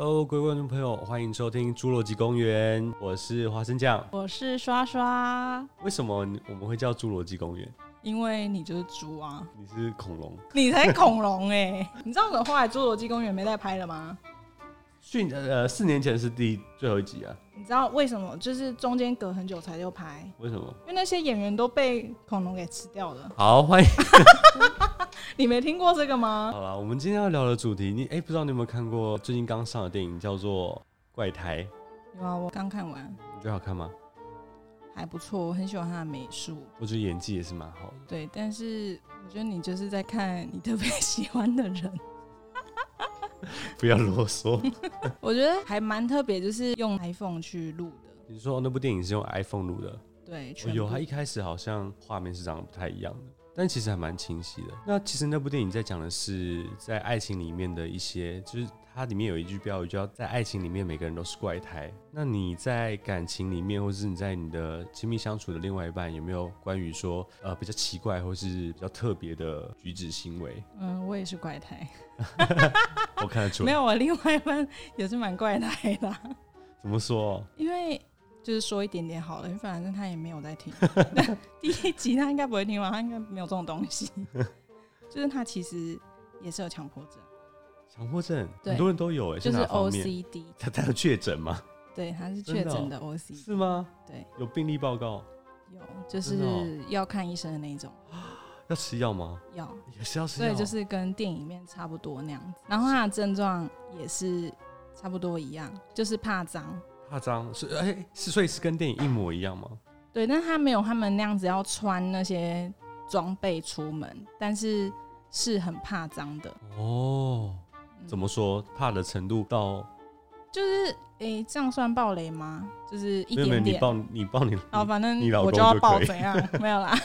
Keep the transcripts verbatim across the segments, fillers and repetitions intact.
Hello， 各位观众朋友，欢迎收听《侏罗纪公园》，我是花生酱， 我是刷刷。 为什么我们会叫侏罗纪公园？ 因为你就是猪啊， 你是恐龙， 你才恐龙哎、欸！你知道我后来《侏罗纪公园》没再拍了吗？ 去呃四年前是第最后一集啊。 你知道为什么？就是中间隔很久才又拍。 为什么？ 因为那些演员都被恐龙给吃掉了。 好，欢迎。 你没听过这个吗？ 好啦，我们今天要聊的主题，你哎、欸，不知道你有没有看过最近刚上的电影叫做《怪胎》？ 有啊，我刚看完。 你觉得好看吗？ 还不错，我很喜欢他的美术。 我觉得演技也是蛮好的。 对，但是我觉得你就是在看你特别喜欢的人。 不要啰嗦。 我觉得还蛮特别，就是用 iPhone 去录的。 你说那部电影是用 iPhone 录的？ 对， 哦、有，它一开始好像画面是长得不太一样的，但其实还蛮清晰的。那其实那部电影在讲的是在爱情里面的一些，就是它里面有一句标语叫在爱情里面每个人都是怪胎。那你在感情里面，或是你在你的亲密相处的另外一半，有没有关于说呃比较奇怪或是比较特别的举止行为？ 嗯，我也是怪胎。 我看得出来。 没有，我另外一半也是蛮怪胎的。 怎么说？ 因为就是说一点点好了，因为反正他也没有在听。第一集他应该不会听完，他应该没有这种东西。就是他其实也是有强迫症。 强迫症很多人都有哎、欸， 就是 O C D。 他他有确诊吗？ 对，他是确诊的 O C D。 是吗？ 对， 有病历报告。 有，就是要看医生的那一种。 要吃药吗？ 要， 也是要吃药。 所以就是跟电影里面差不多那样子。然后他的症状也是差不多一样，就是怕脏。 怕脏是哎、欸，是所以是跟电影一模一样吗？ 对，但他没有他们那样子要穿那些装备出门，但是是很怕脏的。 哦，怎么说？怕的程度到就是诶，这样算暴雷吗？就是一点点。 没有，你爆你爆你哦，反正你老公我就要爆怎样？没有啦。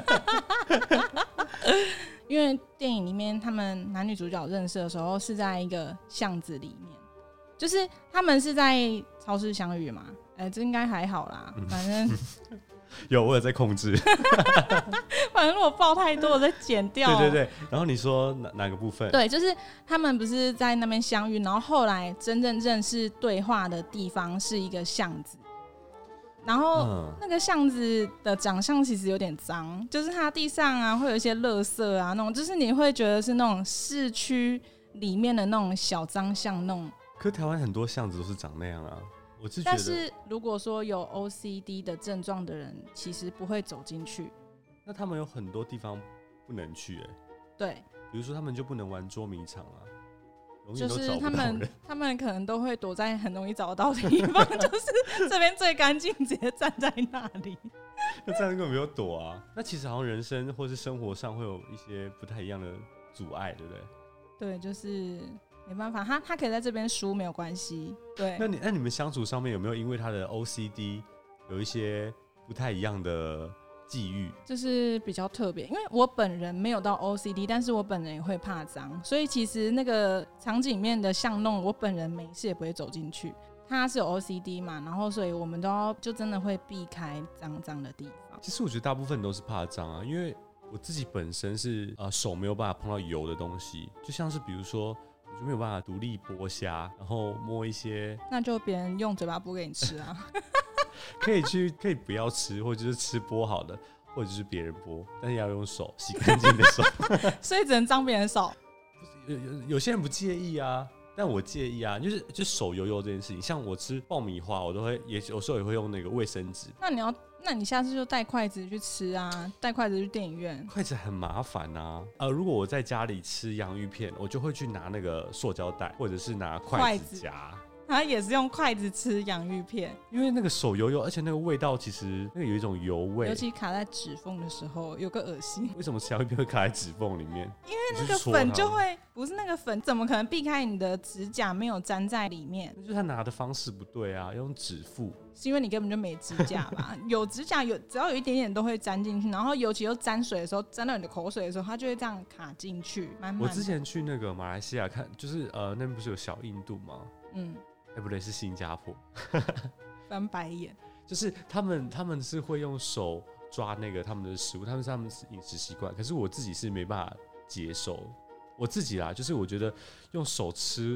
因为电影里面他们男女主角认识的时候是在一个巷子里面，就是他们是在超市相遇嘛。哎、欸，这应该还好啦，反正有我有在控制。 反正如果爆太多，我再剪掉。 对对对。然后你说 哪, 哪个部分？ 对，就是他们不是在那边相遇，然后后来真正认识对话的地方是一个巷子。然后那个巷子的长相其实有点脏，就是它地上啊会有一些垃圾啊，那种就是你会觉得是那种市区里面的那种小脏巷弄。 可台湾很多巷子都是长那样啊，我是觉得。 但是如果说有 O C D 的症状的人，其实不会走进去。 那他们有很多地方不能去哎、欸。 对。 比如说他们就不能玩捉迷藏啊。 就是他们，他们可能都会躲在很容易找到的地方，就是这边最干净，直接站在那里。 那这样根本没有躲啊。那其实好像人生或是生活上会有一些不太一样的阻碍，对不对？ 对，就是没办法，他他可以在这边输没有关系。对。 那你那你们相处上面有没有因为他的 O C D 有一些不太一样的际遇？ 就是比较特别，因为我本人没有到 O C D， 但是我本人也会怕脏，所以其实那个场景里面的巷弄，我本人没事也不会走进去。他是有 O C D 嘛，然后所以我们都要就真的会避开脏脏的地方。 其实我觉得大部分都是怕脏啊，因为我自己本身是呃手没有办法碰到油的东西，就像是比如说我就没有办法独立剥虾，然后摸一些， 那就别人用嘴巴剥给你吃啊。 可以去可以不要吃，或者是吃剥好的，或者是别人剥，但是要用手洗干净的手。 所以只能脏别人手。 有, 有, 有些人不介意啊，但我介意啊，就是就手油油这件事情。像我吃爆米花，我都会也有时候也会用那个卫生纸。 那你要，那你下次就带筷子去吃啊，带筷子去电影院。 筷子很麻烦啊。呃，如果我在家里吃洋芋片，我就会去拿那个塑胶袋，或者是拿筷子夹。 他也是用筷子吃洋芋片， 因为那个手油油，而且那个味道其实那个有一种油味， 尤其卡在指缝的时候，有个恶心。 为什么洋芋片会卡在指缝里面？ 因为那个粉就会，不是那个粉怎么可能避开你的指甲没有粘在里面？ 就是他拿的方式不对啊，要用指腹。 是因为你根本就没指甲吧？有指甲有，只要有一点点都会粘进去，然后尤其又沾水的时候，沾到你的口水的时候，它就会这样卡进去，慢慢。 我之前去那个马来西亚看，就是呃，那边不是有小印度吗？嗯。哎、欸，不对，是新加坡。 翻白眼。 就是他们，他们是会用手抓那个他们的食物，他们是他们饮食习惯。可是我自己是没办法接受，我自己啦，就是我觉得用手吃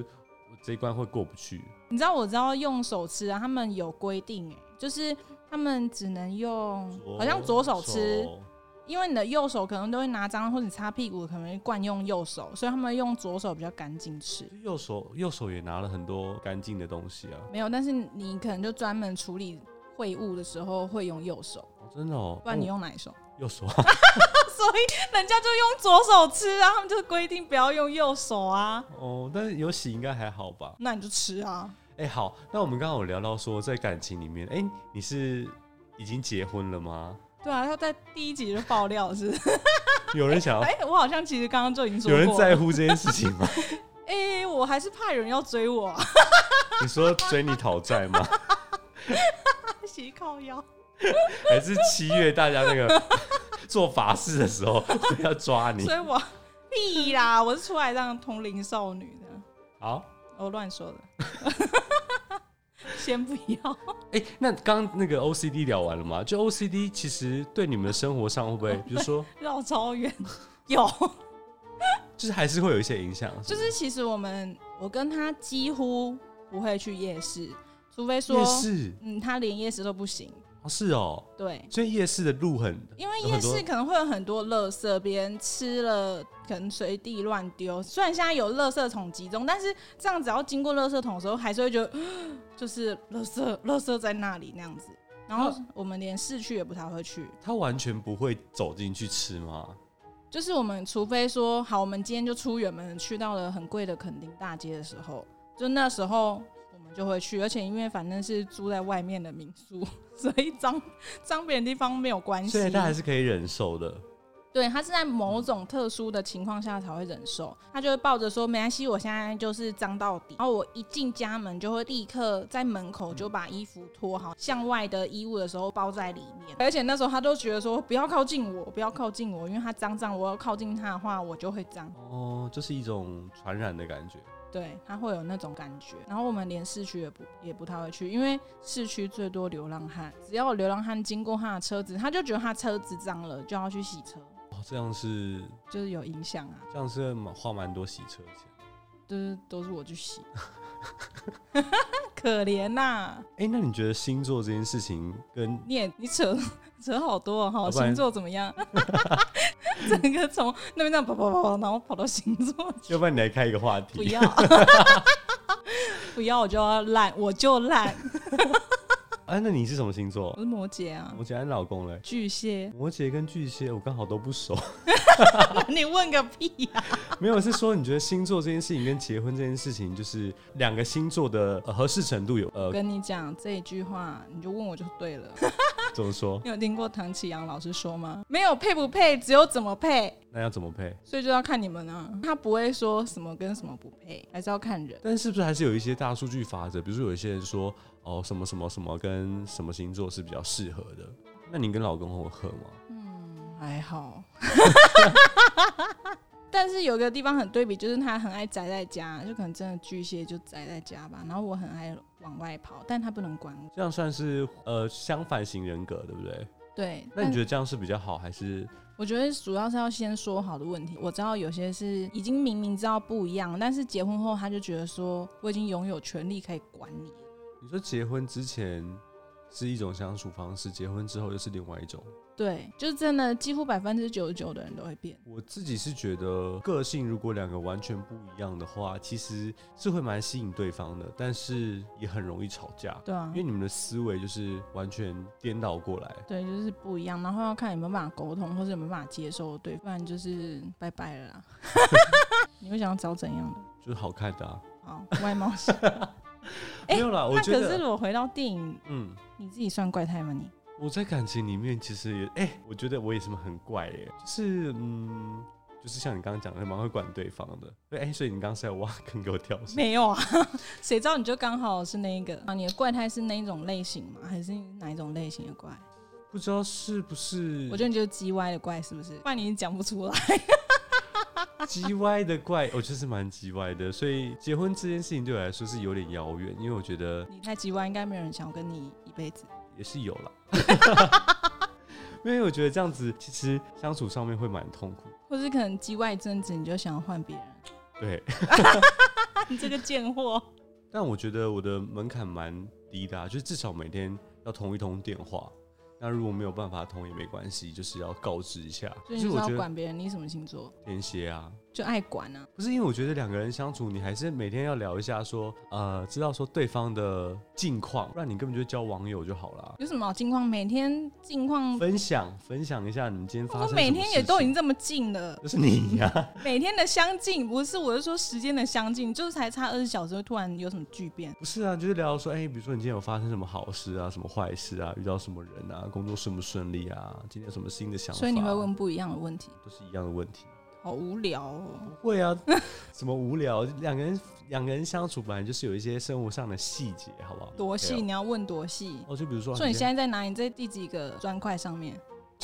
我这一关会过不去。 你知道我知道用手吃啊，他们有规定哎，就是他们只能用好像左手吃，因为你的右手可能都会拿脏，或者你擦屁股可能会惯用右手，所以他们用左手比较干净吃。 右手右手也拿了很多干净的东西啊。 没有，但是你可能就专门处理秽物的时候会用右手。 哦、真的哦。 不然你用哪一手？ 右手。 所以人家就用左手吃啊，他们就规定不要用右手啊。 哦，但是有洗应该还好吧？ 那你就吃啊。 哎、欸，好，那我们刚刚有聊到说，在感情里面，哎、欸，你是已经结婚了吗？ 对啊，他在第一集就爆料是不是？ 有人想要？ 哎、欸，我好像其实刚刚就已经说过了。 有人在乎这件事情吗？ 哎、欸，我还是怕有人要追我、啊。 你说追你讨债吗？ 洗靠腰。 还是七月大家那个做法事的时候要抓你？ 所以我屁啦，我是出来当同龄少女的。 好， 我乱说的。先不要。 哎、欸，那刚那个 O C D 聊完了吗？就 O C D 其实对你们的生活上会不会，比如说绕超远？有， 就是还是会有一些影响。 就是其实我们，我跟他几乎不会去夜市，除非说夜市， 嗯，他连夜市都不行。 哦，是哦， 对， 所以夜市的路很， 因为夜市可能会有很多垃圾，别人吃了可能随地乱丢。虽然现在有垃圾桶集中，但是这样只要经过垃圾桶的时候，还是会觉得就是垃圾，垃圾在那里那样子。然后我们连市区也不太会去。 他完全不会走进去吃吗？ 就是我们除非说好，我们今天就出远门，去到了很贵的垦丁大街的时候，就那时候我们就会去。而且因为反正是住在外面的民宿，所以脏脏别人地方没有关系， 所以他还是可以忍受的。 对，他是在某种特殊的情况下才会忍受，他就会抱着说没关系，我现在就是脏到底。然后我一进家门就会立刻在门口就把衣服脱好，向外的衣物的时候包在里面。而且那时候他都觉得说不要靠近我，不要靠近我，因为他脏脏，我要靠近他的话我就会脏。 哦，就是一种传染的感觉。 对，他会有那种感觉。然后我们连市区也不也不太会去，因为市区最多流浪汉，只要有流浪汉经过他的车子，他就觉得他车子脏了，就要去洗车。 哦，这样是就是有影响啊， 这样是花蛮多洗车钱， 就是都是我去洗，可怜呐、啊。 哎、欸，那你觉得星座这件事情跟你也你扯扯好多哈、哦，星座怎么样？整个从那边这样跑跑跑，然后跑到星座去。 要不然你来开一个话题？ 不要，不要，我就要烂，我就烂。 啊，那你是什么星座？ 我是摩羯啊。 摩羯，你老公嘞？ 巨蟹。 摩羯跟巨蟹，我刚好都不熟。 你问个屁呀、 啊！没有，是说你觉得星座这件事情跟结婚这件事情，就是两个星座的、呃、合适程度有？呃， 我跟你讲这一句话，你就问我就对了。 怎么说？ 你有听过唐启阳老师说吗？没有配不配，只有怎么配。 那要怎么配？ 所以就要看你们啊，他不会说什么跟什么不配，还是要看人。 但是不是还是有一些大数据法则？比如说有一些人说，哦，什么什么什么跟什么星座是比较适合的。那你跟老公会合吗？ 嗯，还好。但是有个地方很对比，就是他很爱宅在家，就可能真的巨蟹就宅在家吧。然后我很爱往外跑，但他不能管我。 这样算是呃相反型人格，对不对？ 对。 那你觉得这样是比较好，还是？ 我觉得主要是要先说好的问题。我知道有些是已经明明知道不一样，但是结婚后他就觉得说我已经拥有权利可以管你了。 你说结婚之前是一种相处方式，结婚之后又是另外一种。 对，就是真的几乎百分之九十九的人都会变。 我自己是觉得个性如果两个完全不一样的话，其实是会蛮吸引对方的，但是也很容易吵架。 对啊， 因为你们的思维就是完全颠倒过来。 对，就是不一样，然后要看有没有办法沟通，或者有没有办法接受对，不然就是拜拜了啦。你会想要找怎样的？ 就是好看的啊。 好，外貌型。 没有啦，我觉得。 那可是我回到电影， 嗯， 你自己算怪胎吗你？ 我在感情里面其实也，哎、欸，我觉得我也是很怪耶，就是嗯，就是像你刚刚讲的，蛮会管对方的。对，哎、欸，所以你刚刚是在挖坑给我跳？ 没有啊，谁知道你就刚好是那一个啊？你的怪胎是那一种类型吗？还是哪一种类型的怪？ 不知道是不是？ 我觉得你就是鸡歪的怪，是不是？不然你讲不出来。 鸡歪的怪，我就是蛮鸡歪的，所以结婚这件事情对我来说是有点遥远，因为我觉得你太鸡歪，应该没有人想要跟你一辈子。 也是有啦，因为我觉得这样子其实相处上面会蛮痛苦， 或是可能叽歪一阵子，你就想要换别人。 对， 你这个贱货。 但我觉得我的门槛蛮低的、啊，就是至少每天要通一通电话。那如果没有办法通也没关系，就是要告知一下。 所以你是要管别人，你什么星座？ 天蝎啊， 就爱管啊。 不是，因为我觉得两个人相处，你还是每天要聊一下说，呃，知道说对方的近况，不然你根本就交网友就好了。 有什么好近况？每天近况分享分享一下你今天发生什么事情。 我每天也都已经这么近了， 就是你呀、啊。 每天的相近，不是，我是说时间的相近，就是才差二十小时，会突然有什么巨变？ 不是啊，就是聊说，哎、欸，比如说你今天有发生什么好事啊，什么坏事啊，遇到什么人啊，工作顺不顺利啊，今天有什么新的想法、啊？ 所以你会问不一样的问题， 都是一样的问题。 好无聊哦！ 不会啊，什么无聊？两个人两个人相处本来就是有一些生活上的细节，好不好？ 多细？你要问多细？ 哦，就比如说， 说你现在在哪里？在第几个砖块上面？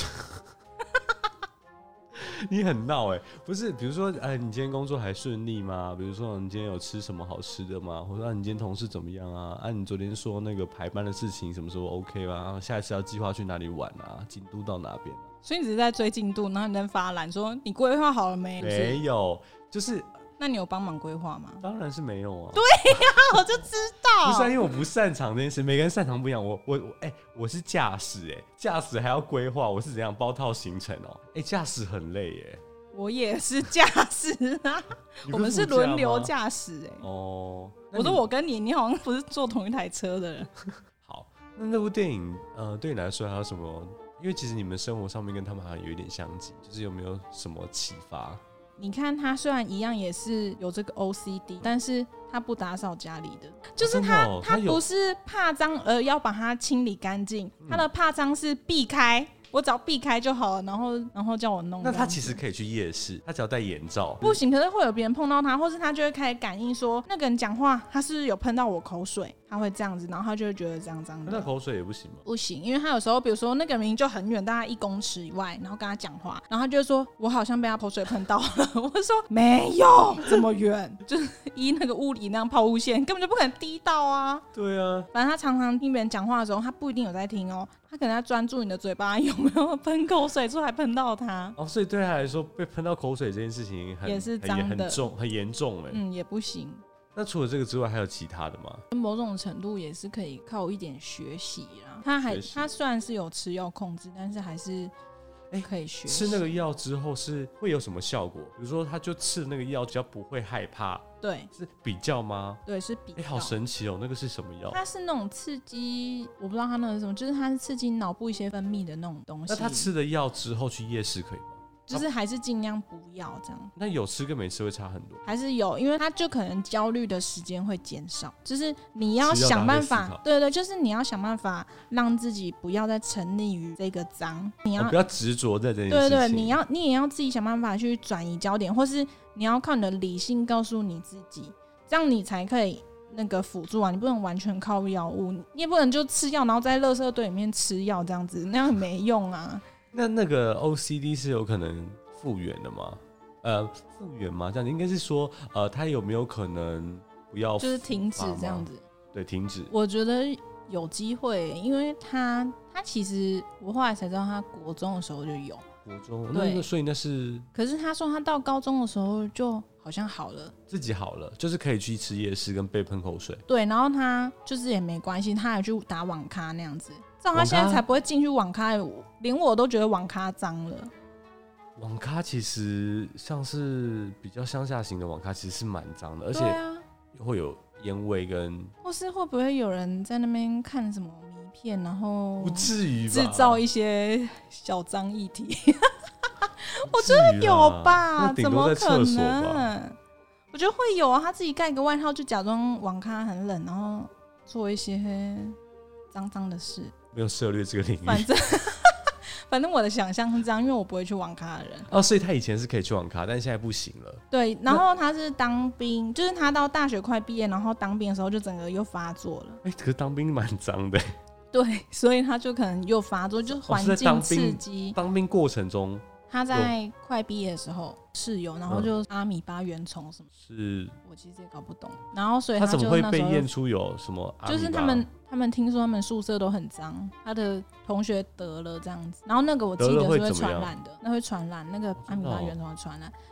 你很闹哎、欸，不是？比如说，哎，你今天工作还顺利吗？比如说，你今天有吃什么好吃的吗？或者、啊、你今天同事怎么样啊？啊，你昨天说那个排班的事情什么时候 OK 吗？然后下一次要计划去哪里玩啊？进度到哪边啊？ 所以你只是在追进度，然后你在发懒，说你规划好了没？ 没有，就是。 那你有帮忙规划吗？ 当然是没有啊。 对呀、啊，我就知道。 不是、啊，因为我不擅长这件事，每个人擅长不一样。我我我，哎、欸，我是驾驶，哎，驾驶还要规划，我是怎样包套行程哦、喔？哎、欸，驾驶很累，哎。 我也是驾驶啊，我们是轮流驾驶，哎。哦。我说我跟你，你好像不是坐同一台车的人。 好，那那部电影，呃，对你来说还有什么？因为其实你们生活上面跟他们好像有一点相近，就是有没有什么启发？ 你看他虽然一样也是有这个 O C D， 但是他不打扫家里的，就是他、哦、他, 他不是怕脏而要把它清理干净、嗯，他的怕脏是避开，我只要避开就好了，然后然后叫我弄。 那他其实可以去夜市，他只要戴眼罩。 不行，可是会有别人碰到他，或是他就会开始感应说那个人讲话，他是不是有喷到我口水，他会这样子，然后他就会觉得脏脏的。 那口水也不行吗？ 不行，因为他有时候比如说那个人就很远，大概一公尺以外，然后跟他讲话，然后他就会说我好像被他口水喷到了。我就说没有这么远，就是依那个物理那样抛物线根本就不可能滴到啊。 对啊， 反正他常常听别人讲话的时候，他不一定有在听哦，他可能在专注你的嘴巴有没有喷口水出来喷到他。 哦，所以对他来说被喷到口水这件事情很也是脏的， 很重很严重哎。 嗯，也不行。 那除了这个之外，还有其他的吗？ 某种程度也是可以靠一点学习啦。他还他虽然是有吃药控制，但是还是可以学习、欸。 吃那个药之后是会有什么效果？比如说，他就吃了那个药，只要不会害怕。 对， 是比较吗？ 对，是比较。 哎、欸，好神奇哦！那个是什么药？ 它是那种刺激，我不知道它那个是什么，就是它是刺激脑部一些分泌的那种东西。 那他吃了药之后去夜市可以吗？ 就是还是尽量不要这样。 那有吃跟没吃会差很多？ 还是有，因为他就可能焦虑的时间会减少，就是你要想办法，对对，就是你要想办法让自己不要再沉溺于这个脏，你要、 哦、不要执着在这件事情。 对对，你要你也要自己想办法去转移焦点，或是你要靠你的理性告诉你自己，这样你才可以那个辅助啊，你不能完全靠药物，你也不能就吃药然后在垃圾堆里面吃药这样子，那样很没用啊。 那那个 O C D 是有可能复原的吗？呃，复原吗？这样应该是说，呃，他有没有可能不要就是停止这样子？ 对，停止。 我觉得有机会，因为他他其实我后来才知道，他国中的时候就有。 国中，那所以那是。 可是他说他到高中的时候就好像好了，自己好了，就是可以去吃夜市跟被喷口水。 对，然后他就是也没关系，他还去打网咖那样子。这样他现在才不会进去网咖，连我都觉得网咖脏了。 网咖其实像是比较乡下型的网咖，其实是蛮脏的，而且会有烟味跟。 或是会不会有人在那边看什么迷片，然后不至于制造一些小脏议题？我觉得有吧，怎么可能？我觉得会有啊，他自己盖个外套，就假装网咖很冷，然后做一些脏脏的事。 没有涉猎这个领域， 反正反正我的想象是这样，因为我不会去网咖的人。 哦，所以他以前是可以去网咖，但是现在不行了。 对，然后他是当兵，就是他到大学快毕业，然后当兵的时候就整个又发作了。 哎、欸，可是当兵蛮脏的。 对，所以他就可能又发作，就环境刺激、 哦。当兵过程中， 他在快毕业的时候室友，然后就阿米巴原虫什么， 是我其实也搞不懂。然后所以他就怎么会被验出有什么阿米巴？ 就是他们他们听说他们宿舍都很脏，他的同学得了这样子。然后那个我记得是会传染的，那会传染，那个阿米巴原虫会传染。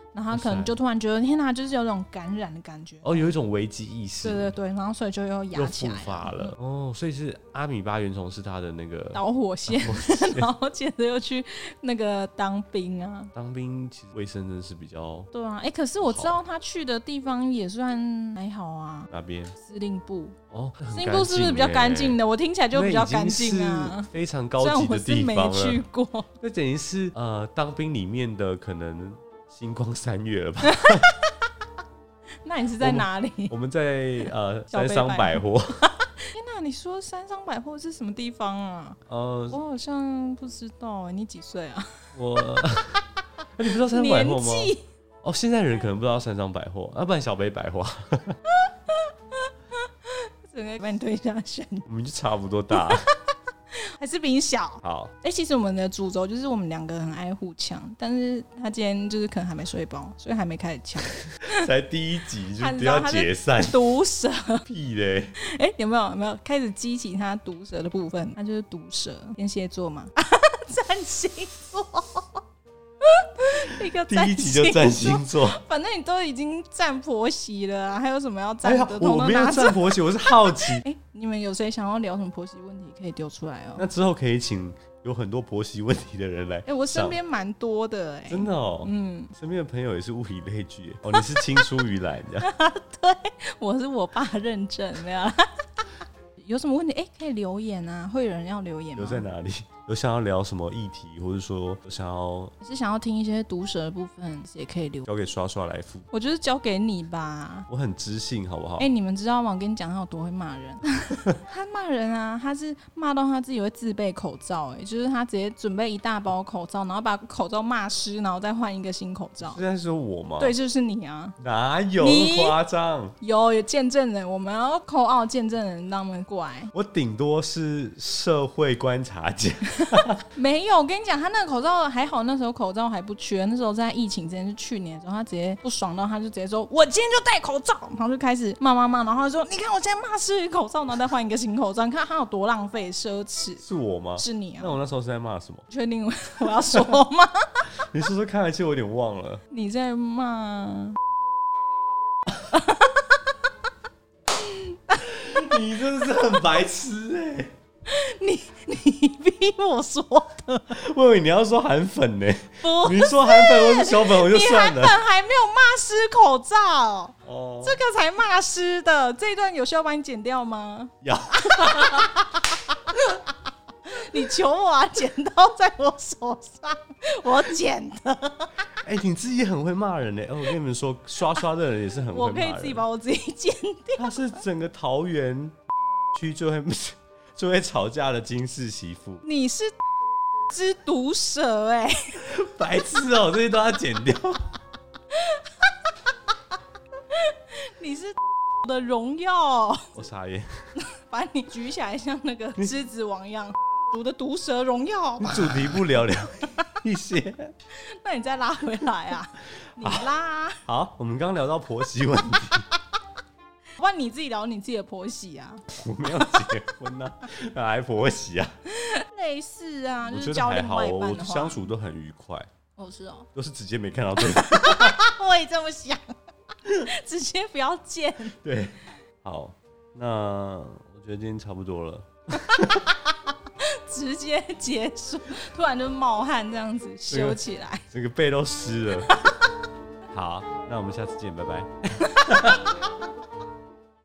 然后他可能就突然觉得天哪，就是有种感染的感觉哦，有一种危机意识。 对对对，然后所以就又压起来了， 又复发了、嗯、哦，所以是阿米巴原虫是他的那个导火线，然后接着又去那个当兵啊。 当兵其实卫生真的是比较对啊，哎、欸，可是我知道他去的地方也算还好啊。 哪边？ 司令部。 哦， 司令部是不是比较干净的？我听起来就比较干净啊， 非常高级的地方了。虽然我是没去过， 那等于是呃当兵里面的可能星光三月了吧？ 那你是在哪里？ 我 们, 我们在呃三商百货。 天哪，你说三商百货是什么地方啊？ 呃， 我好像不知道哎、欸，你几岁啊？ 我，啊、你不知道三商百货吗？哦，现在人可能不知道三商百货，要、啊、不然小北百货。 整个把你推下悬， 我们就差不多大。 还是比你小。 好， 哎、欸，其实我们的主轴就是我们两个很爱互呛，但是他今天就是可能还没睡饱，所以还没开始呛。 才第一集就不要解散， 毒舌屁嘞！ 哎、欸，有没有有没有开始激起他毒舌的部分？他就是毒舌，天蝎座嘛，占星座。一个第一集就占星座， 反正你都已经占婆媳了、啊，还有什么要占的？ 哎、我没有占婆媳，我是好奇。 哎、欸，你们有谁想要聊什么婆媳问题，可以丢出来哦。 那之后可以请有很多婆媳问题的人来。哎、 欸，我身边蛮多的哎、欸， 真的哦。嗯，身边的朋友也是物以类聚。哦，你是青出于蓝这样。 对，我是我爸认证，没有。有什么问题？哎、欸，可以留言啊，会有人要留言吗？ 留在哪里？有想要聊什么议题，或者说有想要是想要听一些毒舌的部分，也可以留。 交给刷刷来付。 我就是交给你吧。 我很知性，好不好？ 哎、欸，你们知道吗？我跟你讲，他有多会骂人。他骂人啊，他是骂到他自己会自备口罩、欸，哎，就是他直接准备一大包口罩，然后把口罩骂湿，然后再换一个新口罩。 是在说我吗？ 对，就是你啊。 哪有那么夸张？ 有有见证人，我们要扣out见证人，让他们过来。 我顶多是社会观察家。 没有，我跟你讲，他那个口罩还好，那时候口罩还不缺，那时候在疫情之前是去年的时候，他直接不爽到，他就直接说：“我今天就戴口罩。”然后就开始骂骂骂，然后他说：“你看我现在骂湿口罩，然后再换一个新口罩，你看他有多浪费奢侈。” 是我吗？ 是你啊。 那我那时候是在骂什么？ 确定我要说吗？ 你说说看，而且我有点忘了。 你在骂？ 你真的是很白痴哎、欸！ 你你逼我说的， 我以为你要说韩粉呢、欸。 不， 你说韩粉或是小粉我就算了。 你韩粉还没有骂湿口罩哦， 这个才骂湿的。这一段有需要帮你剪掉吗？ 要。 你求我啊，剪刀在我手上，我剪的。 哎、欸，你自己也很会骂人呢、欸。我跟你们说，刷刷的人也是很会骂人。 我可以自己把我自己剪掉。 他是整个桃园区最会最会吵架的金氏媳妇。 你是之毒舌哎、欸， 白痴哦、喔，这些都要剪掉。 你是的荣耀。 我傻眼。 把你举起来，像那个狮子王一样。毒的毒舌荣耀， 你主题不聊聊一些， 那你再拉回来啊！你拉。 好，我们刚刚聊到婆媳问题， 不然你自己聊你自己的婆媳啊。 我没有结婚啊，哪来婆媳啊？ 类似啊， 我就是交另外一半的话， 我觉得还好，我相处都很愉快。 哦，是哦， 都是直接没看到对方。 我也这么想，直接不要见。 对，好，那我觉得今天差不多了。 直接结束，突然就冒汗这样子修起来， 整个背都湿了。好，那我们下次见，拜拜。